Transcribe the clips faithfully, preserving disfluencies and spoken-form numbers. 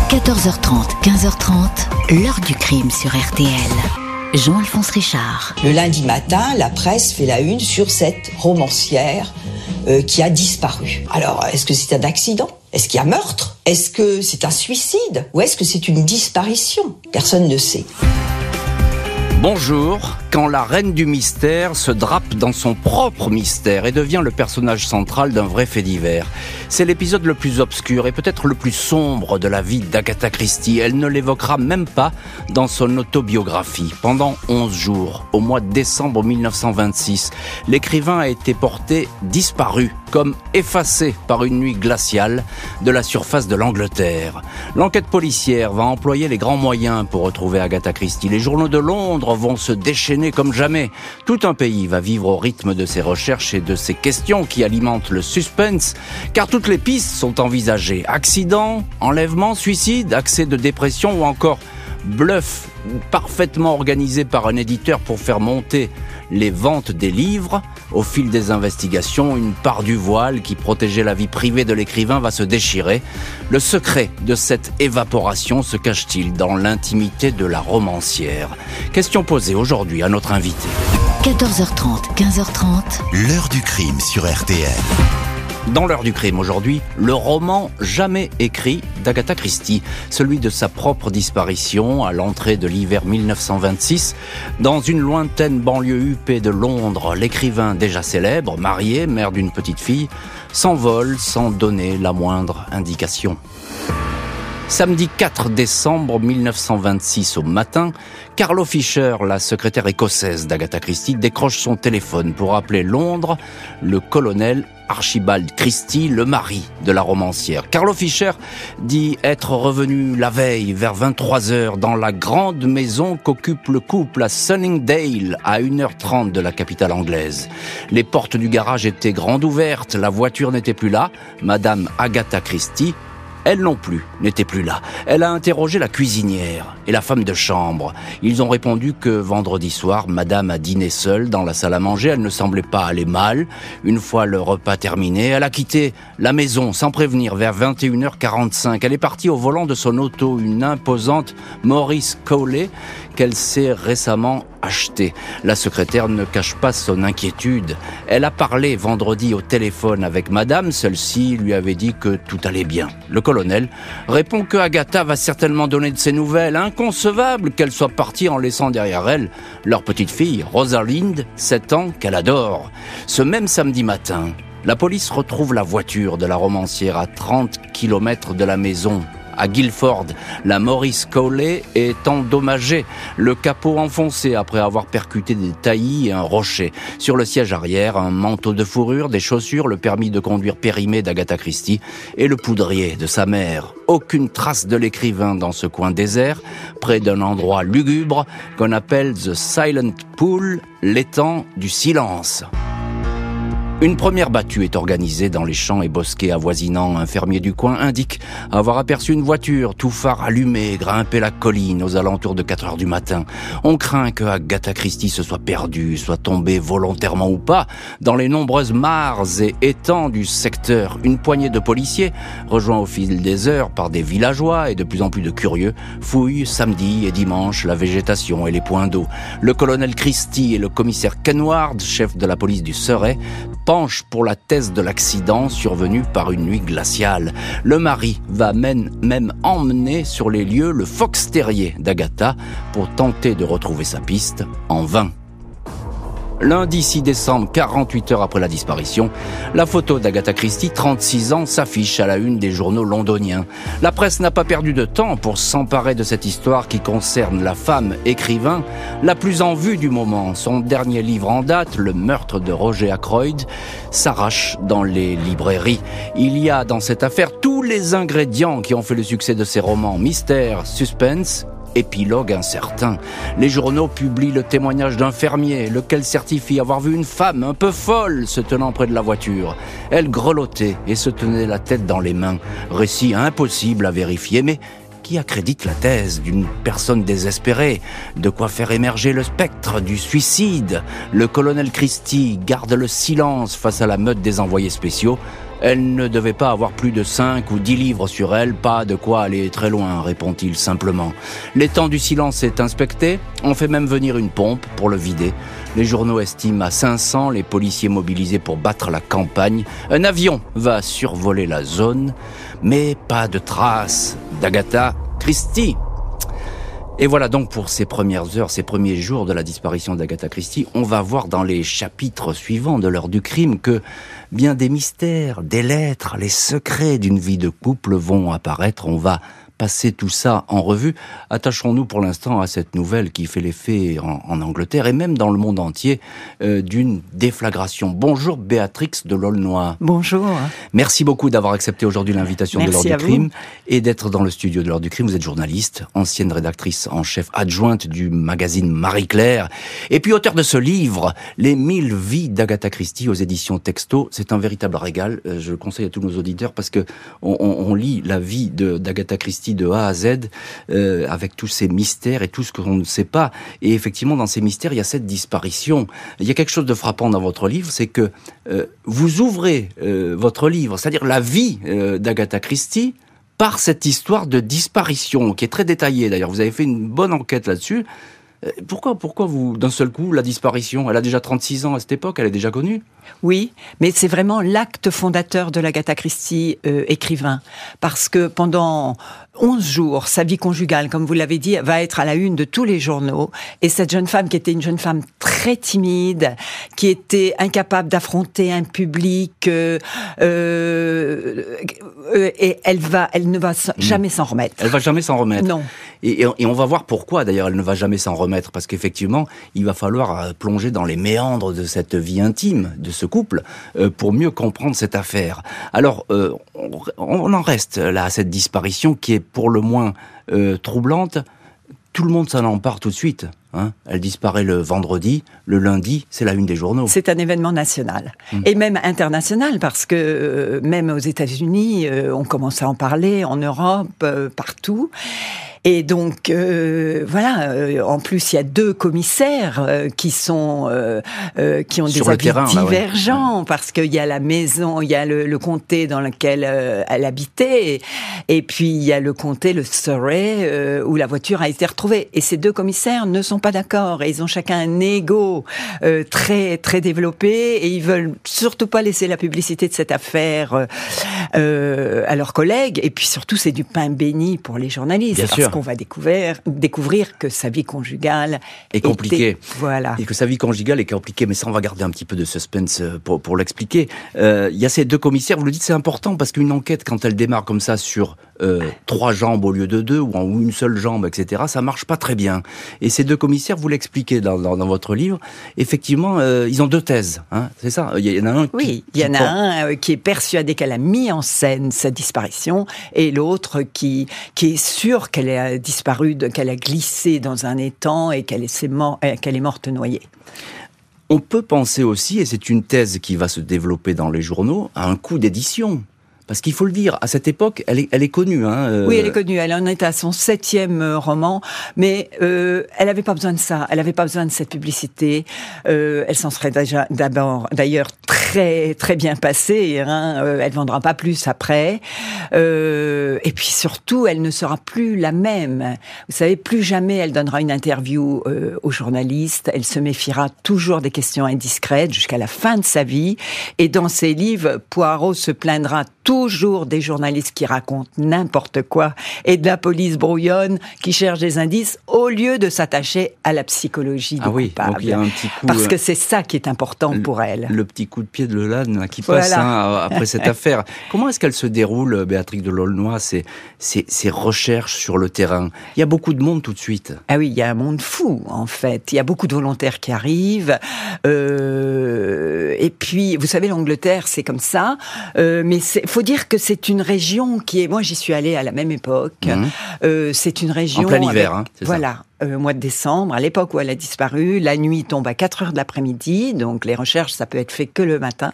quatorze heures trente, quinze heures trente, l'heure du crime sur R T L. Jean-Alphonse Richard. Le lundi matin, la presse fait la une sur cette romancière euh, qui a disparu. Alors, est-ce que c'est un accident ? Est-ce qu'il y a meurtre ? Est-ce que c'est un suicide ? Ou est-ce que c'est une disparition ? Personne ne sait. Bonjour, quand la reine du mystère se drape dans son propre mystère et devient le personnage central d'un vrai fait divers. C'est l'épisode le plus obscur et peut-être le plus sombre de la vie d'Agatha Christie. Elle ne l'évoquera même pas dans son autobiographie. Pendant onze jours, au mois de décembre mille neuf cent vingt-six, l'écrivain a été porté disparu, comme effacé par une nuit glaciale de la surface de l'Angleterre. L'enquête policière va employer les grands moyens pour retrouver Agatha Christie. Les journaux de Londres vont se déchaîner comme jamais. Tout un pays va vivre au rythme de ces recherches et de ces questions qui alimentent le suspense, car toutes les pistes sont envisagées. Accident, enlèvement, suicide, accès de dépression ou encore bluff parfaitement organisé par un éditeur pour faire monter les ventes des livres. Au fil des investigations, une part du voile qui protégeait la vie privée de l'écrivain va se déchirer. Le secret de cette évaporation se cache-t-il dans l'intimité de la romancière ? Question posée aujourd'hui à notre invité. quatorze heures trente, quinze heures trente. L'heure du crime sur R T L. Dans l'heure du crime aujourd'hui, le roman jamais écrit d'Agatha Christie, celui de sa propre disparition à l'entrée de l'hiver mille neuf cent vingt-six. Dans une lointaine banlieue huppée de Londres, l'écrivain déjà célèbre, marié, mère d'une petite fille, s'envole sans donner la moindre indication. Samedi quatre décembre mille neuf cent vingt-six au matin, Carlo Fisher, la secrétaire écossaise d'Agatha Christie, décroche son téléphone pour appeler Londres le colonel Archibald Christie, le mari de la romancière. Carlo Fisher dit être revenu la veille vers vingt-trois heures dans la grande maison qu'occupe le couple à Sunningdale, à une heure trente de la capitale anglaise. Les portes du garage étaient grandes ouvertes, la voiture n'était plus là. Madame Agatha Christie, elle non plus, n'était plus là. Elle a interrogé la cuisinière et la femme de chambre. Ils ont répondu que vendredi soir, madame a dîné seule dans la salle à manger. Elle ne semblait pas aller mal. Une fois le repas terminé, elle a quitté la maison sans prévenir vers vingt et une heures quarante-cinq. Elle est partie au volant de son auto, une imposante Morris Cowley qu'elle s'est récemment achetée. La secrétaire ne cache pas son inquiétude. Elle a parlé vendredi au téléphone avec madame. Celle-ci lui avait dit que tout allait bien. Le colonel répond que Agatha va certainement donner de ses nouvelles. Inconcevable qu'elle soit partie en laissant derrière elle leur petite fille, Rosalind, sept ans, qu'elle adore. Ce même samedi matin, la police retrouve la voiture de la romancière à trente kilomètres de la maison. À Guildford, la Morris Cowley est endommagée, le capot enfoncé après avoir percuté des taillis et un rocher. Sur le siège arrière, un manteau de fourrure, des chaussures, le permis de conduire périmé d'Agatha Christie et le poudrier de sa mère. Aucune trace de l'écrivain dans ce coin désert, près d'un endroit lugubre qu'on appelle The Silent Pool, l'étang du silence. Une première battue est organisée dans les champs et bosquets avoisinants. Un fermier du coin indique avoir aperçu une voiture, tout phare allumé, grimper la colline aux alentours de quatre heures du matin. On craint que Agatha Christie se soit perdue, soit tombée volontairement ou pas, dans les nombreuses mares et étangs du secteur. Une poignée de policiers, rejoints au fil des heures par des villageois et de plus en plus de curieux, fouillent samedi et dimanche la végétation et les points d'eau. Le colonel Christie et le commissaire Kenward, chef de la police du Surrey, penche pour la thèse de l'accident survenu par une nuit glaciale. Le mari va même, même emmener sur les lieux le fox terrier d'Agatha pour tenter de retrouver sa piste, en vain. Lundi six décembre, quarante-huit heures après la disparition, la photo d'Agatha Christie, trente-six ans, s'affiche à la une des journaux londoniens. La presse n'a pas perdu de temps pour s'emparer de cette histoire qui concerne la femme écrivain la plus en vue du moment. Son dernier livre en date, Le meurtre de Roger Ackroyd, s'arrache dans les librairies. Il y a dans cette affaire tous les ingrédients qui ont fait le succès de ses romans. Mystère, suspense, épilogue incertain. Les journaux publient le témoignage d'un fermier, lequel certifie avoir vu une femme un peu folle se tenant près de la voiture. Elle grelottait et se tenait la tête dans les mains. Récit impossible à vérifier, mais qui accrédite la thèse d'une personne désespérée. De quoi faire émerger le spectre du suicide. Le colonel Christie garde le silence face à la meute des envoyés spéciaux. Elle ne devait pas avoir plus de cinq ou dix livres sur elle, pas de quoi aller très loin, répond-il simplement. L'étang du silence est inspecté, on fait même venir une pompe pour le vider. Les journaux estiment à cinq cents les policiers mobilisés pour battre la campagne. Un avion va survoler la zone, mais pas de traces d'Agatha Christie. Et voilà donc pour ces premières heures, ces premiers jours de la disparition d'Agatha Christie. On va voir dans les chapitres suivants de l'heure du crime que bien des mystères, des lettres, les secrets d'une vie de couple vont apparaître. On va passer tout ça en revue. Attachons-nous pour l'instant à cette nouvelle qui fait l'effet en, en Angleterre et même dans le monde entier euh, d'une déflagration. Bonjour Béatrix de l'Aulnois. Bonjour. Merci beaucoup d'avoir accepté aujourd'hui l'invitation Merci de l'heure du crime vous. Et d'être dans le studio de l'heure du crime. Vous êtes journaliste, ancienne rédactrice en chef adjointe du magazine Marie-Claire et puis auteur de ce livre, Les mille vies d'Agatha Christie aux éditions Texto. C'est un véritable régal. Je le conseille à tous nos auditeurs parce que on, on, on lit la vie de, d'Agatha Christie de A à Z, euh, avec tous ces mystères et tout ce qu'on ne sait pas. Et effectivement, dans ces mystères, il y a cette disparition. Il y a quelque chose de frappant dans votre livre, c'est que euh, vous ouvrez euh, votre livre, c'est-à-dire la vie euh, d'Agatha Christie, par cette histoire de disparition, qui est très détaillée d'ailleurs. Vous avez fait une bonne enquête là-dessus. Euh, pourquoi, pourquoi vous, d'un seul coup, la disparition ? Elle a déjà trente-six ans à cette époque, elle est déjà connue ? Oui, mais c'est vraiment l'acte fondateur de l'Agatha Christie euh, écrivain. Parce que pendant onze jours, sa vie conjugale, comme vous l'avez dit, va être à la une de tous les journaux. Et cette jeune femme, qui était une jeune femme très timide, qui était incapable d'affronter un public, euh, euh, euh, et elle va, elle ne va jamais mmh. s'en remettre. Elle va jamais s'en remettre. Non. Et, et, et on va voir pourquoi, d'ailleurs, elle ne va jamais s'en remettre. Parce qu'effectivement, il va falloir plonger dans les méandres de cette vie intime, de ce couple, euh, pour mieux comprendre cette affaire. Alors, euh, on, on en reste là à cette disparition qui est pour le moins euh, troublante. Tout le monde s'en empare tout de suite. Hein. Elle disparaît le vendredi, le lundi, c'est la une des journaux. C'est un événement national, mmh. et même international, parce que euh, même aux États-Unis, euh, on commence à en parler, en Europe, euh, partout. Et donc, euh, voilà, euh, en plus, il y a deux commissaires euh, qui sont euh, euh, qui ont Sur des avis terrain, divergents, là, ouais. parce qu'il y a la maison, il y a le, le comté dans lequel euh, elle habitait, et, et puis il y a le comté, le Surrey, euh, où la voiture a été retrouvée. Et ces deux commissaires ne sont pas d'accord, et ils ont chacun un ego euh, très très développé, et ils veulent surtout pas laisser la publicité de cette affaire euh, à leurs collègues. Et puis surtout, c'est du pain béni pour les journalistes. Bien parce sûr. qu'on va découvrir, découvrir que sa vie conjugale est compliquée. Était, voilà. Et que sa vie conjugale est compliquée. Mais ça, on va garder un petit peu de suspense pour, pour l'expliquer. Euh, il y a ces deux commissaires, vous le dites, c'est important parce qu'une enquête, quand elle démarre comme ça sur euh, trois jambes au lieu de deux, ou en une seule jambe, et cetera, ça marche pas très bien. Et ces deux commissaires, vous l'expliquez dans, dans, dans votre livre, effectivement, euh, ils ont deux thèses. Hein, c'est ça ? Il y en a un qui... Oui, il y en a un euh, qui est persuadé qu'elle a mis en scène sa disparition, et l'autre qui, qui est sûr qu'elle a disparu, de, qu'elle a glissé dans un étang et qu'elle est, mort, qu'elle est morte noyée. On peut penser aussi, et c'est une thèse qui va se développer dans les journaux, à un coup d'édition. Parce qu'il faut le dire, à cette époque, elle est, elle est connue. Hein, euh... Oui, elle est connue. Elle en est à son septième roman, mais euh, elle n'avait pas besoin de ça. Elle n'avait pas besoin de cette publicité. Euh, elle s'en serait déjà, d'abord, d'ailleurs, très très bien passée. Hein. Euh, elle vendra pas plus après. Euh, et puis surtout, elle ne sera plus la même. Vous savez, plus jamais elle donnera une interview euh, aux journalistes. Elle se méfiera toujours des questions indiscrètes jusqu'à la fin de sa vie. Et dans ses livres, Poirot se plaindra toujours des journalistes qui racontent n'importe quoi et de la police brouillonne qui cherche des indices au lieu de s'attacher à la psychologie du ah oui, coupable. Donc il y a un petit coup, parce que c'est ça qui est important le, pour elle. Le petit coup de pied de l'âne qui passe voilà. hein, après cette affaire. Comment est-ce qu'elle se déroule, Béatrix de l'Aulnois, ces, ces, ces recherches sur le terrain ? Il y a beaucoup de monde tout de suite. Ah oui, il y a un monde fou en fait. Il y a beaucoup de volontaires qui arrivent. Euh, et puis, vous savez, l'Angleterre, c'est comme ça. Euh, mais il faut dire que c'est une région qui est... Moi, j'y suis allée à la même époque. Mmh. Euh, c'est une région... En plein hiver, avec, hein, c'est voilà. ça. euh, au mois de décembre, à l'époque où elle a disparu. La nuit tombe à quatre heures de l'après-midi, donc les recherches, ça peut être fait que le matin.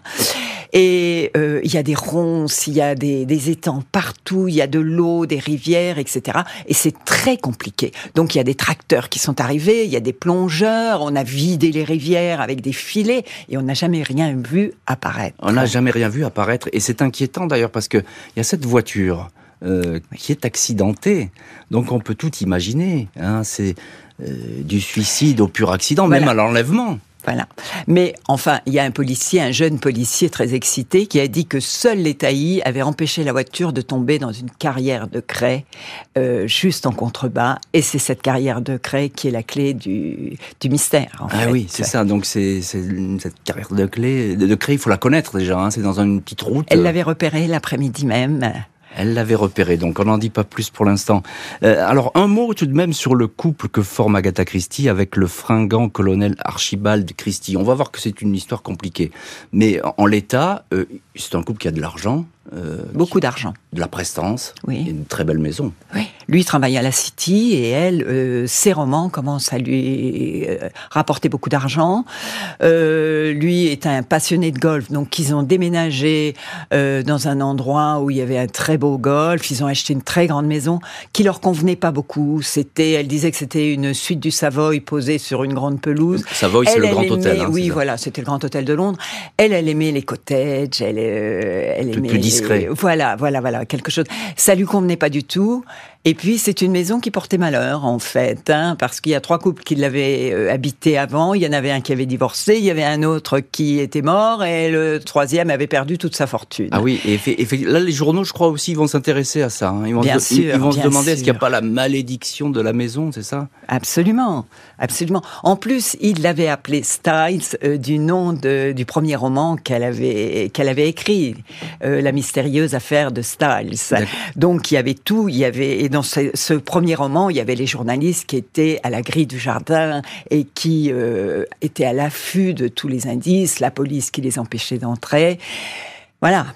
Et euh, il y a des ronces, il y a des, des étangs partout, il y a de l'eau, des rivières, et cetera. Et c'est très compliqué. Donc il y a des tracteurs qui sont arrivés, il y a des plongeurs, on a vidé les rivières avec des filets et on n'a jamais rien vu apparaître. On n'a jamais rien vu apparaître. Et c'est inquiétant d'ailleurs parce qu'il y a cette voiture euh, oui. qui est accidentée. Donc on peut tout imaginer. Hein, c'est euh, du suicide au pur accident, voilà. Même à l'enlèvement. Voilà. Mais enfin, il y a un policier, un jeune policier très excité, qui a dit que seul les taillis avaient empêché la voiture de tomber dans une carrière de craie, euh, juste en contrebas. Et c'est cette carrière de craie qui est la clé du, du mystère, en ah fait. Oui, c'est ça. Donc c'est, c'est cette carrière de, clé, de, de craie, il faut la connaître déjà. Hein. C'est dans une petite route. Elle l'avait repérée l'après-midi même. Elle l'avait repéré, donc on n'en dit pas plus pour l'instant. Euh, alors, un mot tout de même sur le couple que forme Agatha Christie avec le fringant colonel Archibald Christie. On va voir que c'est une histoire compliquée. Mais en l'état, euh, c'est un couple qui a de l'argent. Euh, Beaucoup qui, d'argent. De la prestance. Oui. Et une très belle maison. Oui. Lui travaille à la City et elle, euh, ses romans commencent à lui euh, rapporter beaucoup d'argent. Euh, lui est un passionné de golf, donc ils ont déménagé euh, dans un endroit où il y avait un très beau golf. Ils ont acheté une très grande maison qui leur convenait pas beaucoup. C'était, elle disait que c'était une suite du Savoy posée sur une grande pelouse. Savoy, c'est elle, le grand aimait, hôtel. Hein, oui, voilà, c'était le grand hôtel de Londres. Elle, elle aimait les cottages. Elle, euh, elle aimait plus discret. Voilà, voilà, voilà, quelque chose. Ça lui convenait pas du tout. Et puis, c'est une maison qui portait malheur, en fait, hein, parce qu'il y a trois couples qui l'avaient euh, habité avant. Il y en avait un qui avait divorcé, il y avait un autre qui était mort, et le troisième avait perdu toute sa fortune. Ah oui, et, et, et là, les journaux, je crois aussi, ils vont s'intéresser à ça. Hein. Ils vont, bien se, sûr, ils, ils vont se demander, sûr. est-ce qu'il n'y a pas la malédiction de la maison, c'est ça ? Absolument, absolument. En plus, il l'avait appelé Styles euh, du nom de, du premier roman qu'elle avait, qu'elle avait écrit, euh, La mystérieuse affaire de Styles. D'accord. Donc, il y avait tout, il y avait... Et dans ce, ce premier roman, il y avait les journalistes qui étaient à la grille du jardin et qui euh, étaient à l'affût de tous les indices, la police qui les empêchait d'entrer. Voilà.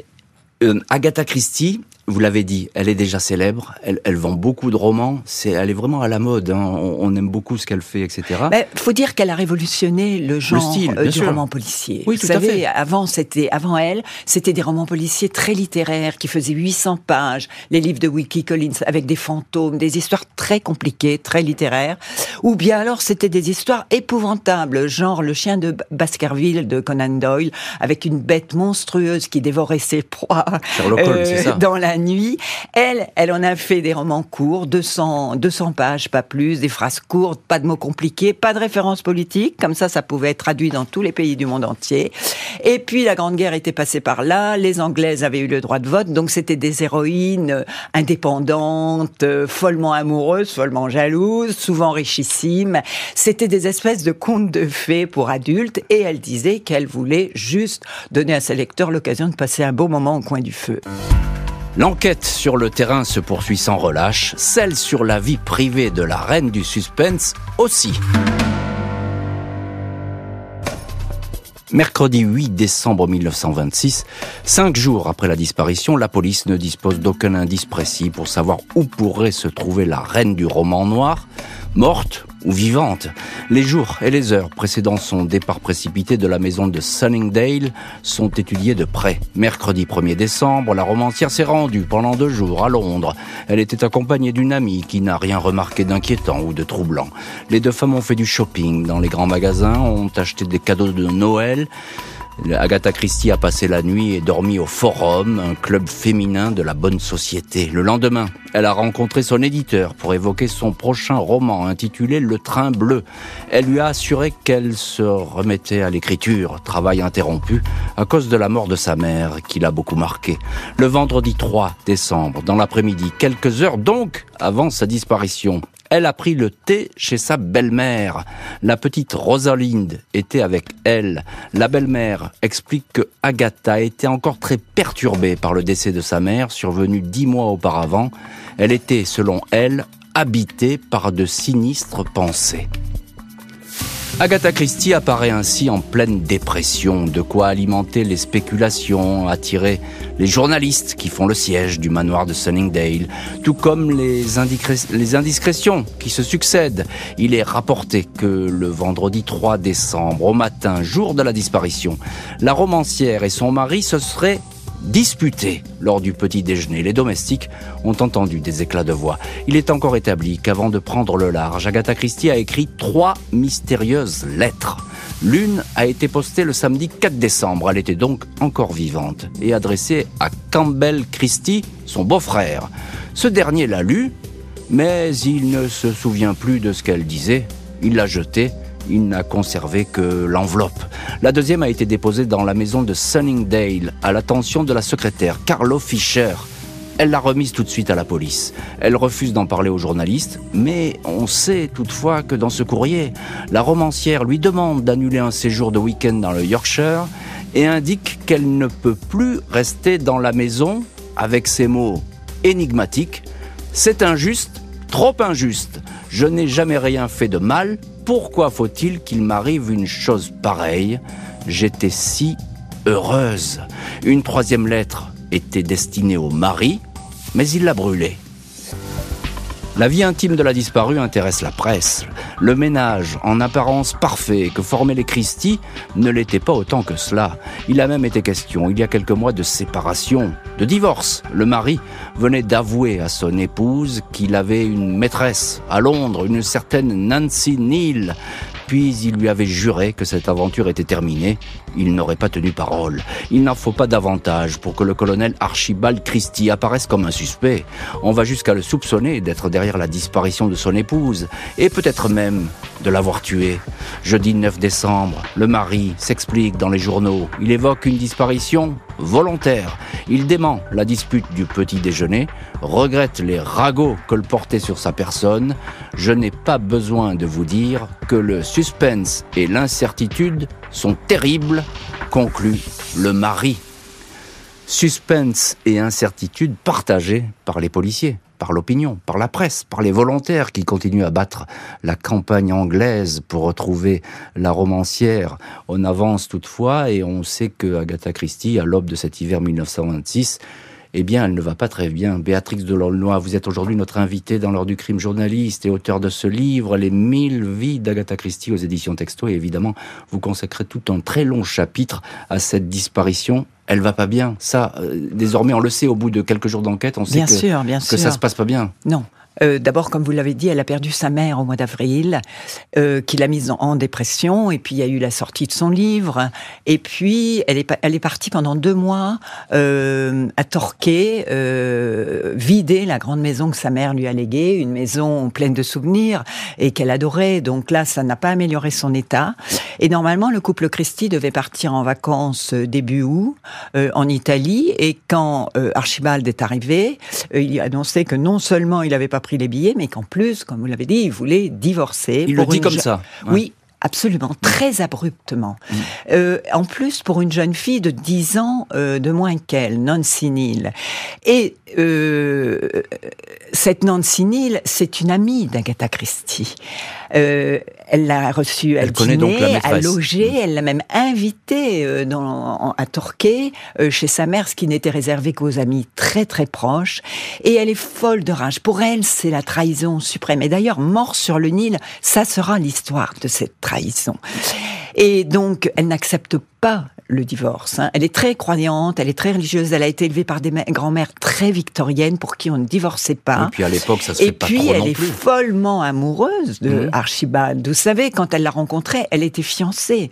Euh, Agatha Christie, vous l'avez dit, elle est déjà célèbre, elle, elle vend beaucoup de romans, c'est, elle est vraiment à la mode, hein, on, on aime beaucoup ce qu'elle fait, et cetera. Il faut dire qu'elle a révolutionné le genre le style, euh, du sûr. roman policier. Oui, vous tout savez, à fait. Avant, c'était, avant elle, c'était des romans policiers très littéraires, qui faisaient huit cents pages, les livres de Wilkie Collins, avec des fantômes, des histoires très compliquées, très littéraires, ou bien alors c'était des histoires épouvantables, genre Le chien de Baskerville de Conan Doyle, avec une bête monstrueuse qui dévorait ses proies Sherlock Holmes, euh, c'est ça. dans la nuit. Elle, elle en a fait des romans courts, deux cents, deux cents pages, pas plus, des phrases courtes, pas de mots compliqués, pas de références politiques, comme ça, ça pouvait être traduit dans tous les pays du monde entier. Et puis, la Grande Guerre était passée par là, les Anglaises avaient eu le droit de vote, donc c'était des héroïnes indépendantes, follement amoureuses, follement jalouses, souvent richissimes. C'était des espèces de contes de fées pour adultes, et elle disait qu'elle voulait juste donner à ses lecteurs l'occasion de passer un beau moment au coin du feu. L'enquête sur le terrain se poursuit sans relâche, celle sur la vie privée de la reine du suspense aussi. Mercredi huit décembre mille neuf cent vingt-six, cinq jours après la disparition, la police ne dispose d'aucun indice précis pour savoir où pourrait se trouver la reine du roman noir, morte ou vivante. Les jours et les heures précédant son départ précipité de la maison de Sunningdale sont étudiés de près. Mercredi premier décembre, la romancière s'est rendue pendant deux jours à Londres. Elle était accompagnée d'une amie qui n'a rien remarqué d'inquiétant ou de troublant. Les deux femmes ont fait du shopping dans les grands magasins, ont acheté des cadeaux de Noël. Agatha Christie a passé la nuit et dormi au Forum, un club féminin de la bonne société. Le lendemain, elle a rencontré son éditeur pour évoquer son prochain roman intitulé Le Train Bleu. Elle lui a assuré qu'elle se remettait à l'écriture, travail interrompu à cause de la mort de sa mère qui l'a beaucoup marqué. Le vendredi trois décembre, dans l'après-midi, quelques heures donc avant sa disparition, elle a pris le thé chez sa belle-mère. La petite Rosalind était avec elle. La belle-mère explique que Agatha était encore très perturbée par le décès de sa mère, survenu dix mois auparavant. Elle était, selon elle, habitée par de sinistres pensées. Agatha Christie apparaît ainsi en pleine dépression, de quoi alimenter les spéculations, attirer les journalistes qui font le siège du manoir de Sunningdale, tout comme les, indiscré- les indiscrétions qui se succèdent. Il est rapporté que le vendredi trois décembre, au matin, jour de la disparition, la romancière et son mari se seraient disputés lors du petit déjeuner. Les domestiques ont entendu des éclats de voix. Il est encore établi qu'avant de prendre le large, Agatha Christie a écrit trois mystérieuses lettres. L'une a été postée le samedi quatre décembre. Elle était donc encore vivante et adressée à Campbell Christie, son beau-frère. Ce dernier l'a lue, mais il ne se souvient plus de ce qu'elle disait. Il l'a jetée. Il n'a conservé que l'enveloppe. La deuxième a été déposée dans la maison de Sunningdale, à l'attention de la secrétaire, Carlo Fisher. Elle l'a remise tout de suite à la police. Elle refuse d'en parler aux journalistes, mais on sait toutefois que dans ce courrier, la romancière lui demande d'annuler un séjour de week-end dans le Yorkshire et indique qu'elle ne peut plus rester dans la maison avec ces mots énigmatiques. « C'est injuste, trop injuste. Je n'ai jamais rien fait de mal. Pourquoi faut-il qu'il m'arrive une chose pareille ? J'étais si heureuse. » Une troisième lettre était destinée au mari, mais il l'a brûlée. La vie intime de la disparue intéresse la presse. Le ménage, en apparence parfait, que formaient les Christie, ne l'était pas autant que cela. Il a même été question, il y a quelques mois, de séparation, de divorce. Le mari venait d'avouer à son épouse qu'il avait une maîtresse à Londres, une certaine Nancy Neal. Puis il lui avait juré que cette aventure était terminée. Il n'aurait pas tenu parole. Il n'en faut pas davantage pour que le colonel Archibald Christie apparaisse comme un suspect. On va jusqu'à le soupçonner d'être derrière la disparition de son épouse, et peut-être même de l'avoir tuée. Jeudi neuf décembre, le mari s'explique dans les journaux. Il évoque une disparition volontaire. Il dément la dispute du petit déjeuner, regrette les ragots colportés sur sa personne. Je n'ai pas besoin de vous dire que le suspense et l'incertitude sont terribles, conclut le mari. Suspense et incertitude partagés par les policiers, par l'opinion, par la presse, par les volontaires qui continuent à battre la campagne anglaise pour retrouver la romancière. On avance toutefois et on sait que Agatha Christie, à l'aube de cet hiver mille neuf cent vingt-six, eh bien, elle ne va pas très bien. Béatrix de L'aulnoy, vous êtes aujourd'hui notre invitée dans l'heure du crime, journaliste et auteur de ce livre, Les mille vies d'Agatha Christie aux éditions Texto. Et évidemment, vous consacrez tout un très long chapitre à cette disparition. Elle va pas bien. Ça, euh, désormais, on le sait, au bout de quelques jours d'enquête, on sait bien que, sûr, bien que sûr. ça se passe pas bien. Non. Euh, d'abord, comme vous l'avez dit, elle a perdu sa mère au mois d'avril, euh, qui l'a mise en, en dépression, et puis il y a eu la sortie de son livre, et puis elle est, elle est partie pendant deux mois euh, à Torquay, euh, vider la grande maison que sa mère lui a léguée, une maison pleine de souvenirs, et qu'elle adorait, donc là, ça n'a pas amélioré son état. Et normalement, le couple Christie devait partir en vacances début août, euh, en Italie, et quand euh, Archibald est arrivé, euh, il a annoncé que non seulement il n'avait pas pris les billets, mais qu'en plus, comme vous l'avez dit, il voulait divorcer. Il pour le dit une comme je... ça. Ouais. Oui, absolument, très abruptement. Mmh. Euh, en plus, pour une jeune fille de dix ans euh, de moins qu'elle, Nancy Neal. Et euh, cette Nancy Neal, c'est une amie d'Agatha Christie. Euh, elle l'a reçue à elle connaît dîner, donc la maîtresse. à loger, mmh. elle l'a même invitée euh, dans, à Torquay, euh, chez sa mère, ce qui n'était réservé qu'aux amis très très proches. Et elle est folle de rage. Pour elle, c'est la trahison suprême. Et d'ailleurs, Mort sur le Nil, ça sera l'histoire de cette trahison. Et donc, elle n'accepte pas le divorce. Hein. Elle est très croyante, elle est très religieuse, elle a été élevée par des ma- grand-mères très victoriennes pour qui on ne divorçait pas. Et puis à l'époque, ça se fait pas trop non plus. Et puis, elle est follement amoureuse de mmh. Archibald. Vous savez, quand elle l'a rencontré, elle était fiancée.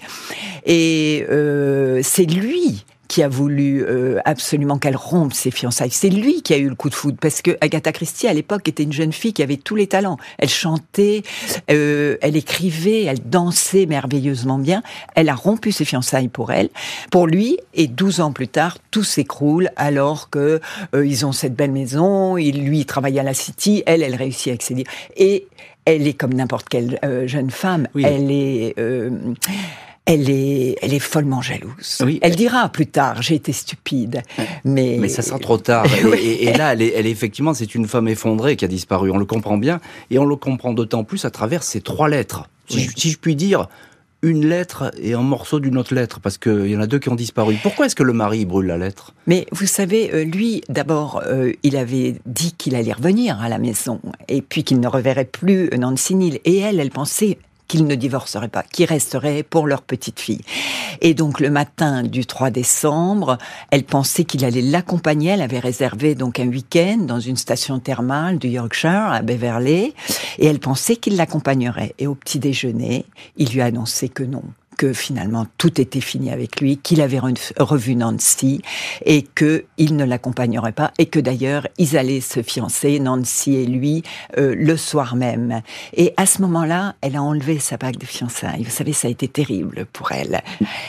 Et euh, c'est lui qui a voulu euh, absolument qu'elle rompe ses fiançailles. C'est lui qui a eu le coup de foudre, parce que Agatha Christie, à l'époque, était une jeune fille qui avait tous les talents. Elle chantait, euh, elle écrivait, elle dansait merveilleusement bien. Elle a rompu ses fiançailles pour elle, pour lui, et douze ans plus tard, tout s'écroule, alors que euh, ils ont cette belle maison, il, lui, il travaille à la City, elle, elle réussit avec ses livres. Et elle est comme n'importe quelle euh, jeune femme, oui. elle est... Euh, Elle est, elle est follement jalouse. Oui. Elle dira plus tard, j'ai été stupide, mais... Mais ça sera trop tard. Et, oui. et, et là, elle est, elle est effectivement, c'est une femme effondrée qui a disparu. On le comprend bien. Et on le comprend d'autant plus à travers ces trois lettres. Si, oui. je, si je puis dire, une lettre et un morceau d'une autre lettre, parce qu'il y en a deux qui ont disparu. Pourquoi est-ce que le mari brûle la lettre ? Mais vous savez, lui, d'abord, euh, il avait dit qu'il allait revenir à la maison, et puis qu'il ne reverrait plus Nancy Neal. Et elle, elle pensait qu'ils ne divorceraient pas, qu'ils resteraient pour leur petite fille. Et donc le matin du trois décembre, elle pensait qu'il allait l'accompagner. Elle avait réservé donc un week-end dans une station thermale du Yorkshire à Beverley, et elle pensait qu'il l'accompagnerait. Et au petit déjeuner, il lui a annoncé que non, que finalement tout était fini avec lui, qu'il avait revu Nancy et qu'il ne l'accompagnerait pas, et que d'ailleurs ils allaient se fiancer, Nancy et lui, euh, le soir même. Et à ce moment-là, elle a enlevé sa bague de fiançailles. Vous savez, ça a été terrible pour elle.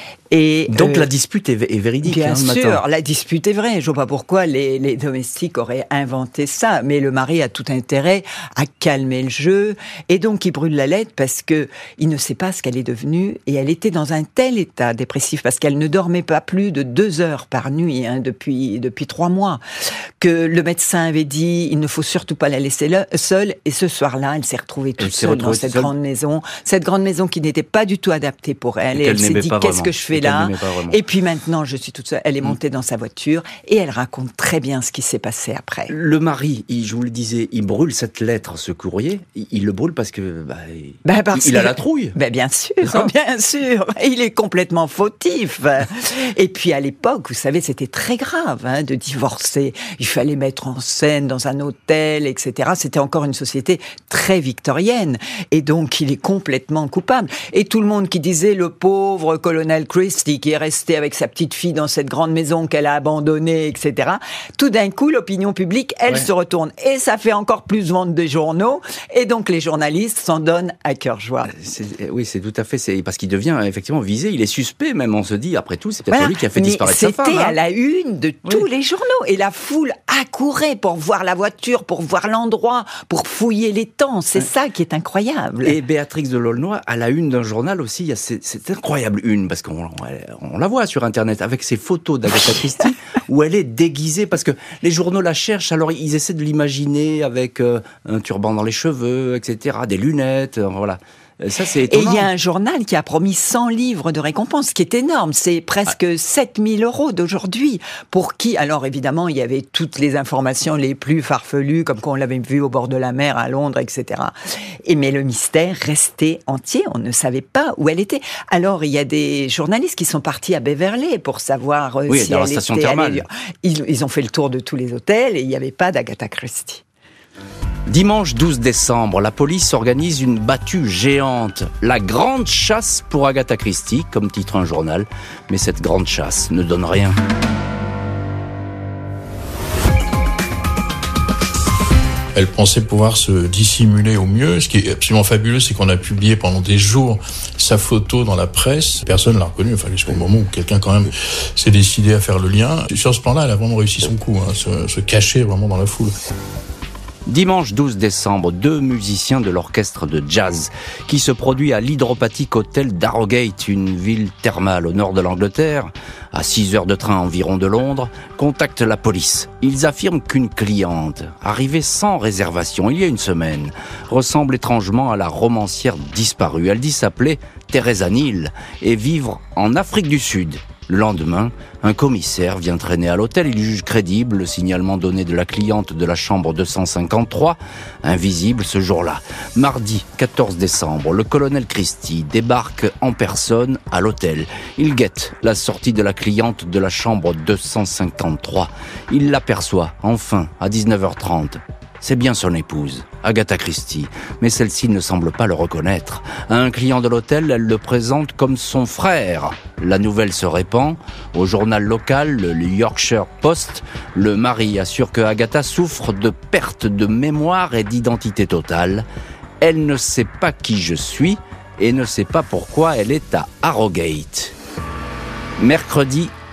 Et donc euh, la dispute est, est véridique. Bien hein, sûr, matin. la dispute est vraie. Je vois pas pourquoi les, les domestiques auraient inventé ça, mais le mari a tout intérêt à calmer le jeu, et donc il brûle la lettre parce que il ne sait pas ce qu'elle est devenue, et elle était dans un tel état dépressif parce qu'elle ne dormait pas plus de deux heures par nuit hein, depuis depuis trois mois, que le médecin avait dit il ne faut surtout pas la laisser le, seule. Et ce soir-là, elle s'est retrouvée toute seule dans cette seule. grande maison, cette grande maison qui n'était pas du tout adaptée pour elle. Et, et elle s'est dit qu'est-ce que je fais là ? Et puis maintenant, je suis toute seule. Elle est montée mmh. dans sa voiture et elle raconte très bien ce qui s'est passé après. Le mari, il, je vous le disais, il brûle cette lettre, ce courrier. Il, il le brûle parce que bah, il, bah parce il que, a la trouille. Bah bien sûr, bien sûr. Il est complètement fautif. Et puis à l'époque, vous savez, c'était très grave hein, de divorcer. Il fallait mettre en scène dans un hôtel, et cetera. C'était encore une société très victorienne. Et donc, il est complètement coupable. Et tout le monde qui disait le pauvre colonel Christie qui est resté avec sa petite fille dans cette grande maison qu'elle a abandonnée, et cetera. Tout d'un coup, l'opinion publique, elle ouais. se retourne. Et ça fait encore plus vendre des journaux. Et donc, les journalistes s'en donnent à cœur joie. C'est, oui, c'est tout à fait. C'est parce qu'il devient effectivement visé. Il est suspect, même. On se dit, après tout, c'est peut-être voilà. lui qui a fait Mais disparaître sa femme. C'était hein. à la une de tous oui. les journaux. Et la foule accourait pour voir la voiture, pour voir l'endroit, pour fouiller les temps. C'est ouais. ça qui est incroyable. Et Béatrix de L'aulnoy, à la une d'un journal aussi, il y a cette, cette incroyable une, parce qu'on on la voit sur Internet, avec ces photos d'Agatha Christie, où elle est déguisée, parce que les journaux la cherchent, alors ils essaient de l'imaginer avec euh, un turban dans les cheveux, et cetera, des lunettes, euh, voilà. Ça, c'est étonnant. Et il y a un journal qui a promis cent livres de récompense, ce qui est énorme. C'est presque ah. sept mille euros d'aujourd'hui. Pour qui, alors évidemment, il y avait toutes les informations les plus farfelues, comme quand on l'avait vu au bord de la mer à Londres, et cetera. Et mais le mystère restait entier. On ne savait pas où elle était. Alors, il y a des journalistes qui sont partis à Beverley pour savoir oui, si dans elle la station était... thermale. Ils, ils ont fait le tour de tous les hôtels et il n'y avait pas d'Agatha Christie. Dimanche douze décembre, la police organise une battue géante. La grande chasse pour Agatha Christie, comme titre un journal. Mais cette grande chasse ne donne rien. Elle pensait pouvoir se dissimuler au mieux. Ce qui est absolument fabuleux, c'est qu'on a publié pendant des jours sa photo dans la presse. Personne ne l'a reconnue, enfin, jusqu'au moment où quelqu'un quand même s'est décidé à faire le lien. Sur ce plan-là, elle a vraiment réussi son coup, hein, se, se cacher vraiment dans la foule. Dimanche douze décembre, deux musiciens de l'orchestre de jazz qui se produit à l'Hydropathic Hotel d'Harrogate, une ville thermale au nord de l'Angleterre, à six heures de train environ de Londres, contactent la police. Ils affirment qu'une cliente, arrivée sans réservation il y a une semaine, ressemble étrangement à la romancière disparue. Elle dit s'appeler Teresa Neal et vivre en Afrique du Sud. Le lendemain, un commissaire vient traîner à l'hôtel. Il juge crédible le signalement donné de la cliente de la chambre deux cent cinquante-trois, invisible ce jour-là. Mardi quatorze décembre, le colonel Christie débarque en personne à l'hôtel. Il guette la sortie de la cliente de la chambre deux cent cinquante-trois. Il l'aperçoit, enfin, à dix-neuf heures trente. C'est bien son épouse, Agatha Christie, mais celle-ci ne semble pas le reconnaître. À un client de l'hôtel, elle le présente comme son frère. La nouvelle se répand. Au journal local, le Yorkshire Post, le mari assure que Agatha souffre de perte de mémoire et d'identité totale. Elle ne sait pas qui je suis et ne sait pas pourquoi elle est à Harrogate. Mercredi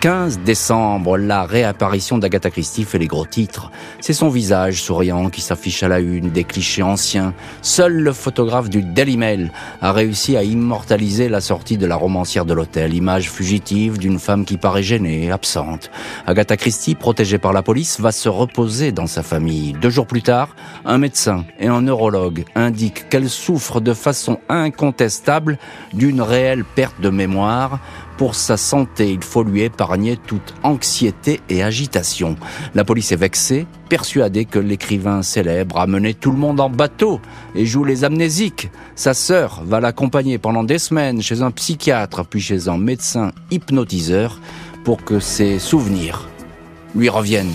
quinze décembre, la réapparition d'Agatha Christie fait les gros titres. C'est son visage souriant qui s'affiche à la une, des clichés anciens. Seul le photographe du Daily Mail a réussi à immortaliser la sortie de la romancière de l'hôtel. Image fugitive d'une femme qui paraît gênée, absente. Agatha Christie, protégée par la police, va se reposer dans sa famille. Deux jours plus tard, un médecin et un neurologue indiquent qu'elle souffre de façon incontestable d'une réelle perte de mémoire. Pour sa santé, il faut lui épargner toute anxiété et agitation. La police est vexée, persuadée que l'écrivain célèbre a mené tout le monde en bateau et joue les amnésiques. Sa sœur va l'accompagner pendant des semaines chez un psychiatre, puis chez un médecin hypnotiseur pour que ses souvenirs lui reviennent.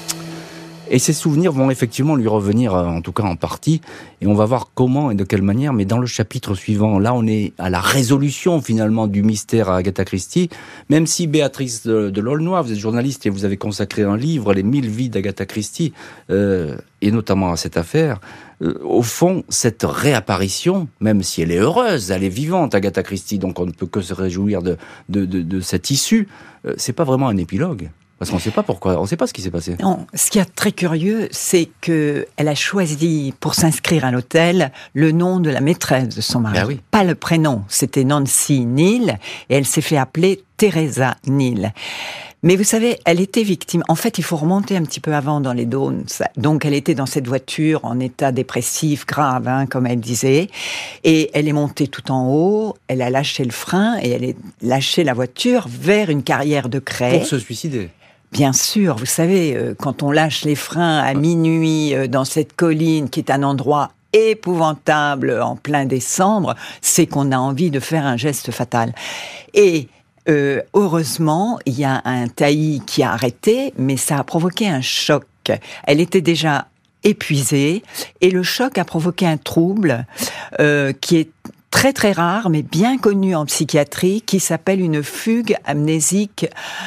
Et ces souvenirs vont effectivement lui revenir, en tout cas en partie, et on va voir comment et de quelle manière, mais dans le chapitre suivant, là on est à la résolution finalement du mystère à Agatha Christie, même si Béatrice de, de L'aulnoy, vous êtes journaliste et vous avez consacré un livre, Les mille vies d'Agatha Christie, euh, et notamment à cette affaire, euh, au fond, cette réapparition, même si elle est heureuse, elle est vivante, Agatha Christie, donc on ne peut que se réjouir de, de, de, de cette issue, euh, c'est pas vraiment un épilogue. Parce qu'on ne sait pas pourquoi, on ne sait pas ce qui s'est passé. Non, ce qui est très curieux, c'est que elle a choisi pour s'inscrire à l'hôtel le nom de la maîtresse de son mari, ben oui. Pas le prénom. C'était Nancy Neal et elle s'est fait appeler Teresa Neal. Mais vous savez, elle était victime. En fait, il faut remonter un petit peu avant dans les Downs. Donc, elle était dans cette voiture en état dépressif grave, hein, comme elle disait. Et elle est montée tout en haut. Elle a lâché le frein et elle a lâché la voiture vers une carrière de craie. Pour se suicider. Bien sûr, vous savez, quand on lâche les freins à minuit dans cette colline qui est un endroit épouvantable en plein décembre, c'est qu'on a envie de faire un geste fatal. Et euh, heureusement, il y a un taillis qui a arrêté, mais ça a provoqué un choc. Elle était déjà épuisée et le choc a provoqué un trouble euh, qui est très très rare, mais bien connu en psychiatrie, qui s'appelle une fugue amnésique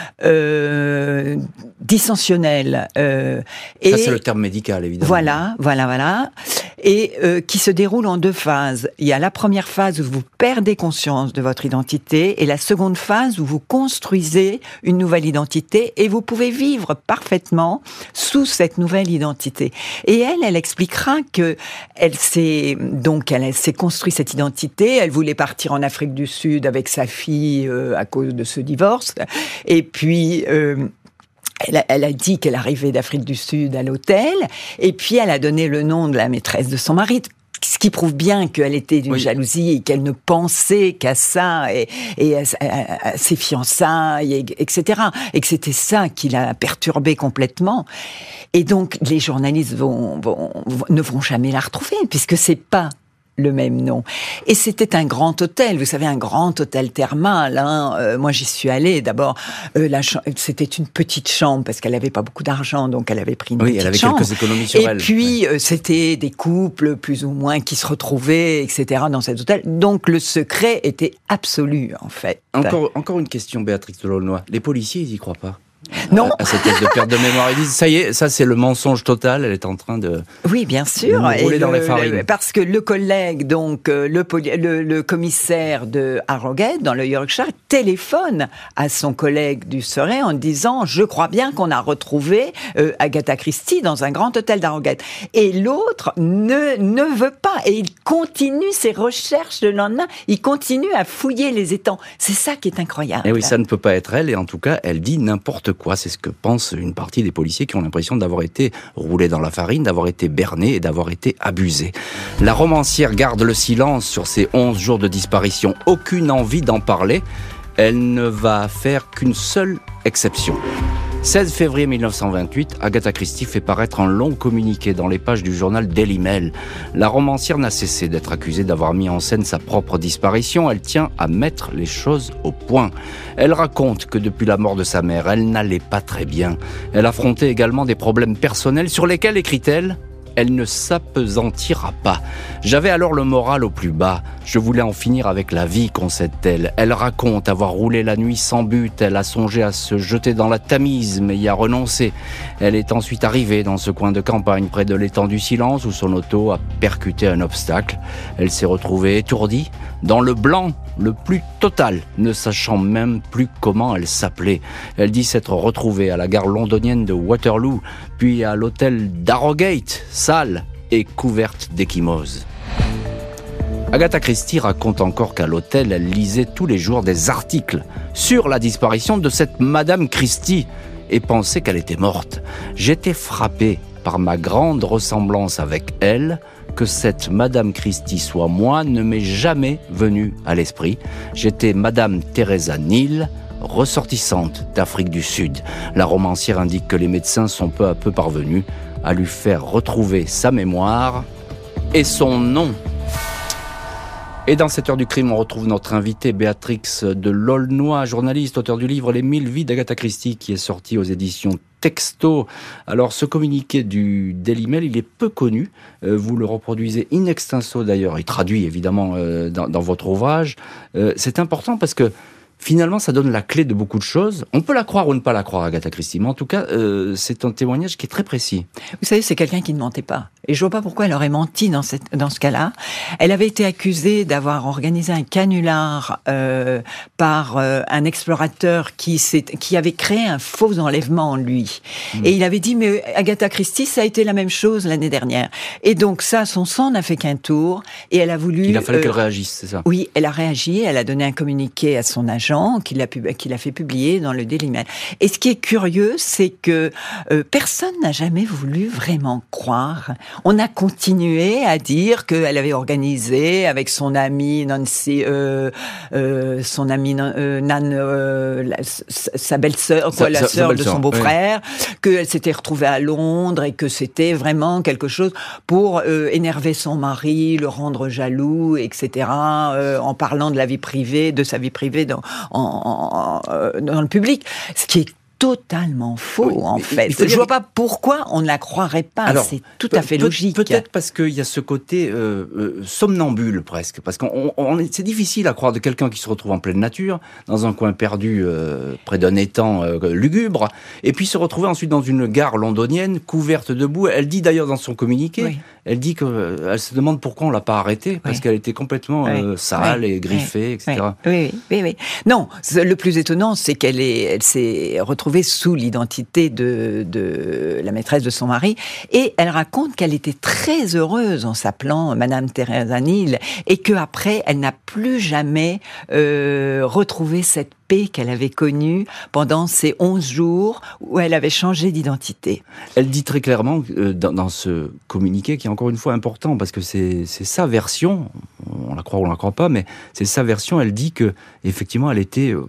euh, dissensionnelle. Euh, Ça, et c'est le terme médical, évidemment. Voilà, voilà, voilà. Et euh, qui se déroule en deux phases. Il y a la première phase où vous perdez conscience de votre identité et la seconde phase où vous construisez une nouvelle identité et vous pouvez vivre parfaitement sous cette nouvelle identité. Et elle, elle expliquera que elle s'est donc elle s'est construit cette identité. Elle voulait partir en Afrique du Sud avec sa fille euh, à cause de ce divorce. Et puis euh, Elle a, elle a dit qu'elle arrivait d'Afrique du Sud à l'hôtel, et puis elle a donné le nom de la maîtresse de son mari, ce qui prouve bien qu'elle était d'une oui. jalousie et qu'elle ne pensait qu'à ça et, et à, à, à ses fiançailles, et, etc. Et que c'était ça qui l'a perturbée complètement. Et donc les journalistes vont, vont, vont, ne vont jamais la retrouver, puisque c'est pas le même nom. Et c'était un grand hôtel, vous savez, un grand hôtel thermal. Hein. Euh, moi, j'y suis allée. D'abord, euh, la ch- c'était une petite chambre parce qu'elle n'avait pas beaucoup d'argent, donc elle avait pris une oui, petite elle avait chambre. quelques économies sur et elle. Et puis, ouais. euh, c'était des couples plus ou moins qui se retrouvaient, et cetera dans cet hôtel. Donc, le secret était absolu, en fait. Encore, encore une question, Béatrice de L'aulnoy. Les policiers, ils y croient pas? Non. À cette thèse de perte de mémoire. Ils disent, ça y est, ça c'est le mensonge total, elle est en train de... Oui, bien sûr. de rouler et dans le, les farines. Le, parce que le collègue, donc, le, le, le commissaire de Harrogate, dans le Yorkshire, téléphone à son collègue du Surrey en disant, je crois bien qu'on a retrouvé euh, Agatha Christie dans un grand hôtel d'Harrogate. Et l'autre ne, ne veut pas. Et il continue ses recherches le lendemain. Il continue à fouiller les étangs. C'est ça qui est incroyable. Et oui, ça ne peut pas être elle. Et en tout cas, elle dit n'importe quoi. C'est ce que pense une partie des policiers qui ont l'impression d'avoir été roulés dans la farine, d'avoir été bernés et d'avoir été abusés. La romancière garde le silence sur ces onze jours de disparition. Aucune envie d'en parler. Elle ne va faire qu'une seule exception. seize février mille neuf cent vingt-huit, Agatha Christie fait paraître un long communiqué dans les pages du journal Daily Mail. La romancière n'a cessé d'être accusée d'avoir mis en scène sa propre disparition. Elle tient à mettre les choses au point. Elle raconte que depuis la mort de sa mère, elle n'allait pas très bien. Elle affrontait également des problèmes personnels sur lesquels, écrit-elle, elle ne s'apesantira pas. J'avais alors le moral au plus bas. Je voulais en finir avec la vie, concède-t-elle. Elle raconte avoir roulé la nuit sans but. Elle a songé à se jeter dans la Tamise, mais y a renoncé. Elle est ensuite arrivée dans ce coin de campagne, près de l'étang du Silence, où son auto a percuté un obstacle. Elle s'est retrouvée étourdie, dans le blanc le plus total, ne sachant même plus comment elle s'appelait. Elle dit s'être retrouvée à la gare londonienne de Waterloo, puis à l'hôtel d'Harrogate, sale et couverte d'ecchymoses. Agatha Christie raconte encore qu'à l'hôtel, elle lisait tous les jours des articles sur la disparition de cette Madame Christie et pensait qu'elle était morte. J'étais frappé par ma grande ressemblance avec elle. Que cette Madame Christie soit moi ne m'est jamais venu à l'esprit. J'étais Madame Teresa Neal, ressortissante d'Afrique du Sud. La romancière indique que les médecins sont peu à peu parvenus à lui faire retrouver sa mémoire et son nom. Et dans cette heure du crime, on retrouve notre invitée Béatrix de L'aulnoy, journaliste, auteur du livre Les mille vies d'Agatha Christie, qui est sorti aux éditions Texto. Alors, ce communiqué du Daily Mail, il est peu connu. Euh, vous le reproduisez in extenso d'ailleurs, et traduit évidemment euh, dans, dans votre ouvrage. Euh, c'est important parce que finalement, ça donne la clé de beaucoup de choses. On peut la croire ou ne pas la croire, Agatha Christie, mais en tout cas, euh, c'est un témoignage qui est très précis. Vous savez, c'est quelqu'un qui ne mentait pas. Et je vois pas pourquoi elle aurait menti dans, cette, dans ce cas-là. Elle avait été accusée d'avoir organisé un canular euh, par euh, un explorateur qui, s'est, qui avait créé un faux enlèvement en lui. Mmh. Et il avait dit, mais Agatha Christie, ça a été la même chose l'année dernière. Et donc ça, son sang n'a fait qu'un tour. Et elle a voulu... Il a fallu euh, qu'elle réagisse, c'est ça? Oui, elle a réagi. Elle a donné un communiqué à son agent qu'il a, pub... qu'il a fait publier dans le Daily Mail. Et ce qui est curieux, c'est que euh, personne n'a jamais voulu vraiment croire. On a continué à dire qu'elle avait organisé avec son amie Nancy, euh, euh, son amie euh, Nan, euh, la, sa belle-sœur, quoi, sa, la sœur de son beau-frère, oui. Qu'elle s'était retrouvée à Londres et que c'était vraiment quelque chose pour euh, énerver son mari, le rendre jaloux, et cetera. Euh, en parlant de la vie privée, de sa vie privée dans, en, en, dans le public, ce qui est totalement faux, oui, en fait. Je ne vois pas pourquoi on ne la croirait pas. Alors, c'est tout à fait peut, logique. Peut-être parce qu'il y a ce côté euh, euh, somnambule, presque. Parce qu'on on est, c'est difficile à croire de quelqu'un qui se retrouve en pleine nature, dans un coin perdu euh, près d'un étang euh, lugubre, et puis se retrouver ensuite dans une gare londonienne, couverte de boue. Elle dit d'ailleurs dans son communiqué, oui. elle dit qu'elle euh, se demande pourquoi on ne l'a pas arrêtée, parce oui. qu'elle était complètement euh, oui. sale oui. et griffée, oui. et cetera. Oui, oui, oui, oui. Non, le plus étonnant, c'est qu'elle est, elle s'est retrouvée sous l'identité de, de la maîtresse de son mari, et elle raconte qu'elle était très heureuse en s'appelant Madame Teresa Neal, et qu'après, elle n'a plus jamais euh, retrouvé cette paix qu'elle avait connue pendant ces onze jours où elle avait changé d'identité. Elle dit très clairement euh, dans, dans ce communiqué, qui est encore une fois important, parce que c'est, c'est sa version, on la croit ou on la croit pas, mais c'est sa version, elle dit que effectivement elle était... Euh,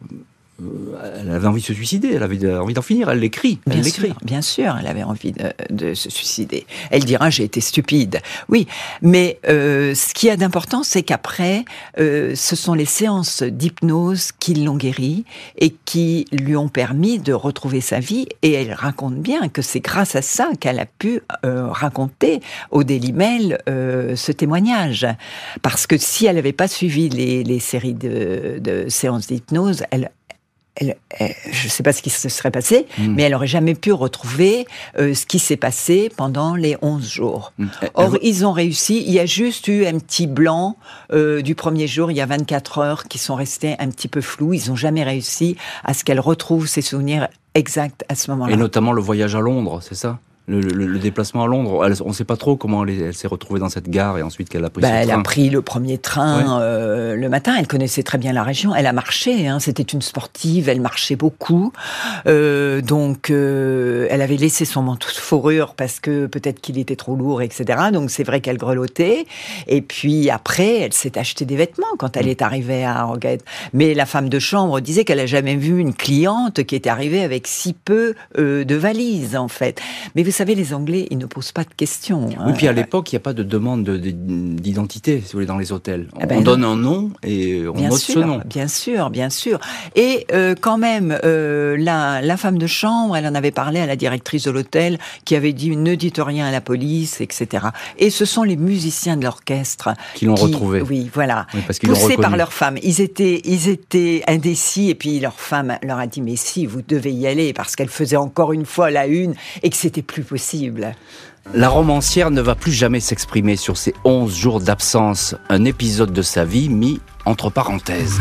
elle avait envie de se suicider, elle avait envie d'en finir, elle l'écrit. Elle bien l'écrit. sûr, bien sûr, elle avait envie de, de se suicider. Elle dira, j'ai été stupide. Oui, mais euh, ce qui est d'important, c'est qu'après, euh, ce sont les séances d'hypnose qui l'ont guérie et qui lui ont permis de retrouver sa vie. Et elle raconte bien que c'est grâce à ça qu'elle a pu euh, raconter au Daily Mail euh, ce témoignage. Parce que si elle n'avait pas suivi les, les séries de, de séances d'hypnose, elle Elle, elle, je ne sais pas ce qui se serait passé, mmh. mais elle n'aurait jamais pu retrouver euh, ce qui s'est passé pendant les onze jours. Mmh. Or, elle... ils ont réussi. Il y a juste eu un petit blanc euh, du premier jour, il y a vingt-quatre heures, qui sont restés un petit peu flous. Ils n'ont jamais réussi à ce qu'elle retrouve ses souvenirs exacts à ce moment-là. Et notamment le voyage à Londres, c'est ça ? Le, le, le déplacement à Londres, elle, on ne sait pas trop comment elle, elle s'est retrouvée dans cette gare et ensuite qu'elle a pris bah, ce elle train. Elle a pris le premier train ouais. euh, le matin, elle connaissait très bien la région, elle a marché, hein, c'était une sportive, elle marchait beaucoup, euh, donc euh, elle avait laissé son manteau de fourrure parce que peut-être qu'il était trop lourd, et cetera. Donc c'est vrai qu'elle grelottait, et puis après elle s'est acheté des vêtements quand elle est arrivée à Harrogate. Mais la femme de chambre disait qu'elle n'a jamais vu une cliente qui était arrivée avec si peu euh, de valises en fait. Mais vous Vous savez, les Anglais, ils ne posent pas de questions. Hein. Oui, puis à l'époque, il n'y a pas de demande de, de, d'identité, si vous voulez, dans les hôtels. On, eh ben on donne un nom et on bien note sûr, ce nom. Bien sûr, bien sûr. Et euh, quand même, euh, la, la femme de chambre, elle en avait parlé à la directrice de l'hôtel, qui avait dit « ne dites rien à la police », et cetera. Et ce sont les musiciens de l'orchestre qui l'ont retrouvé. Oui, voilà. Oui, parce qu'ils poussés l'ont par leur femme. Ils étaient, ils étaient indécis, et puis leur femme leur a dit « mais si, vous devez y aller », parce qu'elle faisait encore une fois la une, et que c'était plus possible. La romancière ne va plus jamais s'exprimer sur ces onze jours d'absence, un épisode de sa vie mis entre parenthèses.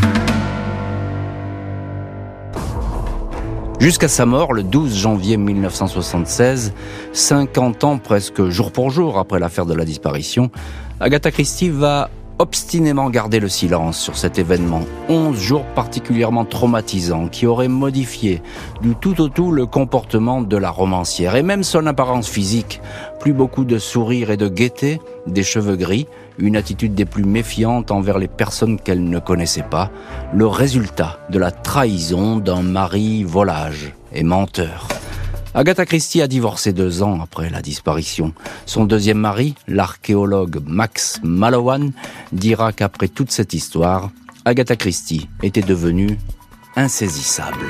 Jusqu'à sa mort, le douze janvier mille neuf cent soixante-seize, cinquante ans presque jour pour jour après l'affaire de la disparition, Agatha Christie va obstinément garder le silence sur cet événement. Onze jours particulièrement traumatisants qui auraient modifié du tout au tout le comportement de la romancière et même son apparence physique. Plus beaucoup de sourire et de gaieté, des cheveux gris, une attitude des plus méfiantes envers les personnes qu'elle ne connaissait pas, le résultat de la trahison d'un mari volage et menteur. Agatha Christie a divorcé deux ans après la disparition. Son deuxième mari, l'archéologue Max Mallowan, dira qu'après toute cette histoire, Agatha Christie était devenue insaisissable.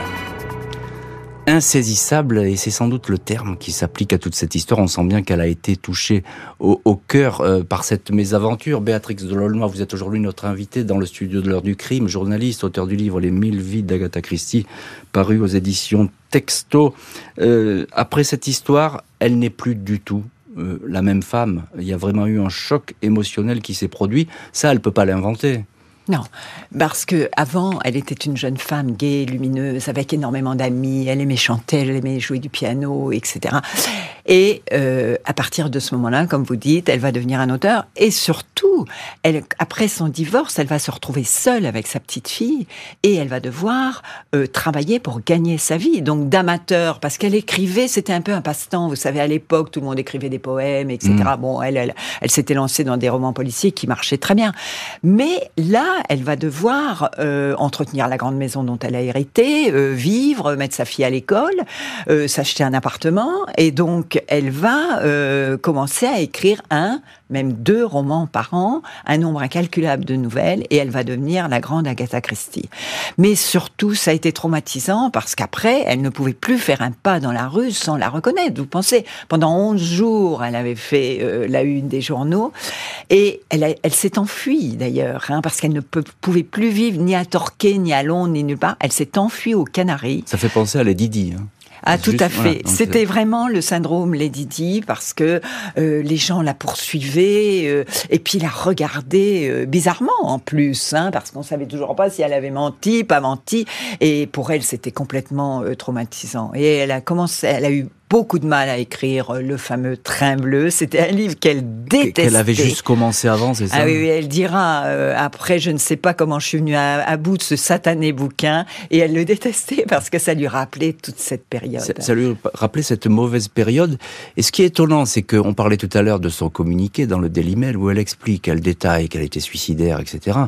Insaisissable, et c'est sans doute le terme qui s'applique à toute cette histoire. On sent bien qu'elle a été touchée au, au cœur euh, par cette mésaventure. Béatrix de Laulnoy, vous êtes aujourd'hui notre invitée dans le studio de l'heure du crime, journaliste, auteur du livre Les mille vies d'Agatha Christie, paru aux éditions Texto. Euh, après cette histoire, elle n'est plus du tout euh, la même femme. Il y a vraiment eu un choc émotionnel qui s'est produit. Ça, elle peut pas l'inventer. Non, parce que avant, elle était une jeune femme gaie, lumineuse, avec énormément d'amis. Elle aimait chanter, elle aimait jouer du piano, et cetera. Et euh, à partir de ce moment-là, comme vous dites, elle va devenir un auteur. Et surtout, elle, après son divorce, elle va se retrouver seule avec sa petite fille et elle va devoir euh, travailler pour gagner sa vie. Donc d'amateur, parce qu'elle écrivait, c'était un peu un passe-temps. Vous savez, à l'époque, tout le monde écrivait des poèmes, et cetera. Mmh. Bon, elle, elle, elle s'était lancée dans des romans policiers qui marchaient très bien. Mais là, elle va devoir euh, entretenir la grande maison dont elle a hérité, euh, vivre, mettre sa fille à l'école, euh, s'acheter un appartement, et donc elle va euh, commencer à écrire un, même deux romans par an, un nombre incalculable de nouvelles, et elle va devenir la grande Agatha Christie. Mais surtout, ça a été traumatisant parce qu'après, elle ne pouvait plus faire un pas dans la rue sans la reconnaître. Vous pensez, pendant onze jours, elle avait fait euh, la une des journaux, et elle, a, elle s'est enfuie d'ailleurs, hein, parce qu'elle ne peut, pouvait plus vivre ni à Torquay, ni à Londres, ni nulle part. Elle s'est enfuie aux Canaries. Ça fait penser à Lady Di, hein. Ah, tout Juste, à fait. Voilà, C'était c'est... vraiment le syndrome Lady Di parce que euh, les gens la poursuivaient euh, et puis la regardaient euh, bizarrement en plus, hein, parce qu'on savait toujours pas si elle avait menti, pas menti. Et pour elle, c'était complètement euh, traumatisant. Et elle a commencé, elle a eu beaucoup de mal à écrire le fameux Train bleu. C'était un livre qu'elle détestait. Qu'elle avait juste commencé avant, c'est ça? Ah oui, oui, elle dira euh, après, je ne sais pas comment je suis venue à, à bout de ce satané bouquin, et elle le détestait parce que ça lui rappelait toute cette période. Ça, ça lui rappelait cette mauvaise période. Et ce qui est étonnant, c'est qu'on parlait tout à l'heure de son communiqué dans le Daily Mail où elle explique, elle détaille qu'elle était suicidaire, et cetera.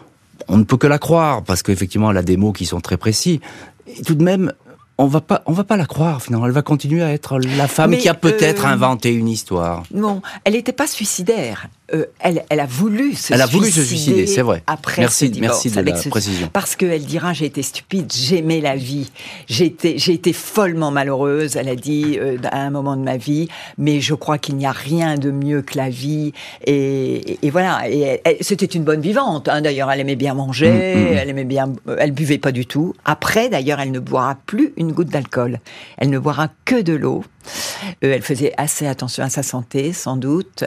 On ne peut que la croire parce qu'effectivement, elle a des mots qui sont très précis. Et tout de même, on va pas, on va pas la croire finalement. Elle va continuer à être la femme Mais qui a peut-être euh... inventé une histoire. Non, elle n'était pas suicidaire. Euh, elle, elle a voulu se elle a voulu suicider se suicider, c'est vrai. Après merci, ce divorce, merci de la ce... précision. Parce qu'elle dira, j'ai été stupide, j'aimais la vie, j'ai été, j'ai été follement malheureuse, elle a dit euh, à un moment de ma vie, mais je crois qu'il n'y a rien de mieux que la vie. Et, et, et voilà, et elle, elle, c'était une bonne vivante. Hein. D'ailleurs, elle aimait bien manger, mmh, mmh. elle aimait bien, elle buvait pas du tout. Après, d'ailleurs, elle ne boira plus une goutte d'alcool. Elle ne boira que de l'eau. Euh, elle faisait assez attention à sa santé, sans doute.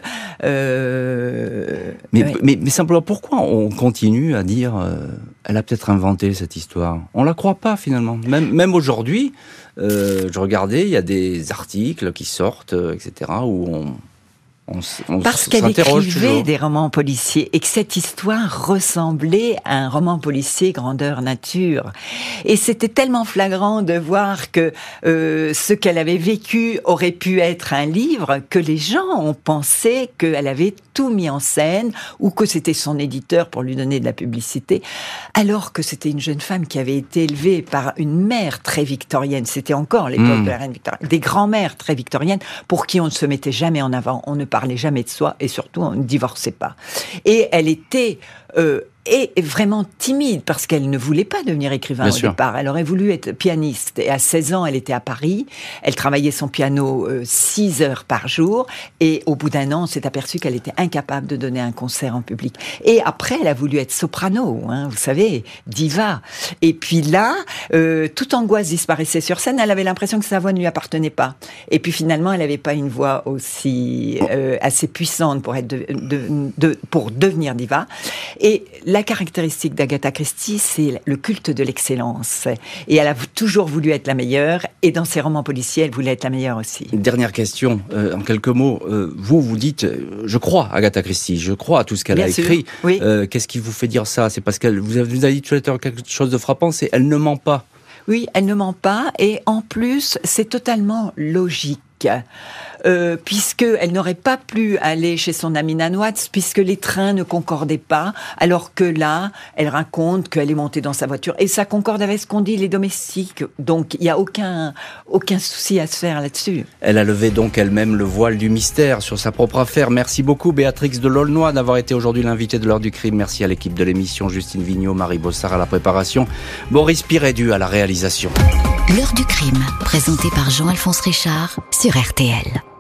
Euh, mais, ouais. mais, mais simplement, pourquoi on continue à dire euh, elle a peut-être inventé cette histoire? On la croit pas finalement. Même, même aujourd'hui, euh, je regardais, il y a des articles qui sortent, et cetera, où on On, on Parce qu'elle écrivait toujours. des romans policiers et que cette histoire ressemblait à un roman policier grandeur nature. Et c'était tellement flagrant de voir que euh, ce qu'elle avait vécu aurait pu être un livre que les gens ont pensé qu'elle avait tout mis en scène ou que c'était son éditeur pour lui donner de la publicité, alors que c'était une jeune femme qui avait été élevée par une mère très victorienne. C'était encore l'époque mmh. de la reine Victoria. Des grands-mères très victoriennes pour qui on ne se mettait jamais en avant, on ne parlait jamais de soi et surtout on ne divorçait pas. Et elle était euh, et vraiment timide parce qu'elle ne voulait pas devenir écrivain Bien au sûr. départ. Elle aurait voulu être pianiste et à seize ans, elle était à Paris. Elle travaillait son piano euh, six heures par jour et au bout d'un an, on s'est aperçu qu'elle était incapable de donner un concert en public. Et après, elle a voulu être soprano, hein, vous savez, diva. Et puis là, euh, toute angoisse disparaissait sur scène. Elle avait l'impression que sa voix ne lui appartenait pas. Et puis finalement, elle n'avait pas une voix aussi euh, assez puissante pour être de, de, de, pour devenir diva. Et la caractéristique d'Agatha Christie, c'est le culte de l'excellence. Et elle a toujours voulu être la meilleure. Et dans ses romans policiers, elle voulait être la meilleure aussi. Une dernière question, euh, en quelques mots. Euh, vous, vous dites, euh, je crois à Agatha Christie, je crois à tout ce qu'elle Bien a sûr, écrit. oui. Euh, qu'est-ce qui vous fait dire ça? C'est parce qu'elle vous avez, vous avez dit tout à l'heure quelque chose de frappant, c'est elle ne ment pas. Oui, elle ne ment pas. Et en plus, c'est totalement logique. Euh, puisqu'elle n'aurait pas pu aller chez son amie Nan Watts, puisque les trains ne concordaient pas, alors que là, elle raconte qu'elle est montée dans sa voiture, et ça concorde avec ce qu'ont dit les domestiques, donc il n'y a aucun, aucun souci à se faire là-dessus. Elle a levé donc elle-même le voile du mystère sur sa propre affaire. Merci beaucoup Béatrix de Laulnoy d'avoir été aujourd'hui l'invitée de l'heure du crime. Merci à l'équipe de l'émission, Justine Vignot, Marie Bossard à la préparation, Boris Pirédu à la réalisation. L'heure du crime, présentée par Jean-Alphonse Richard sur R T L.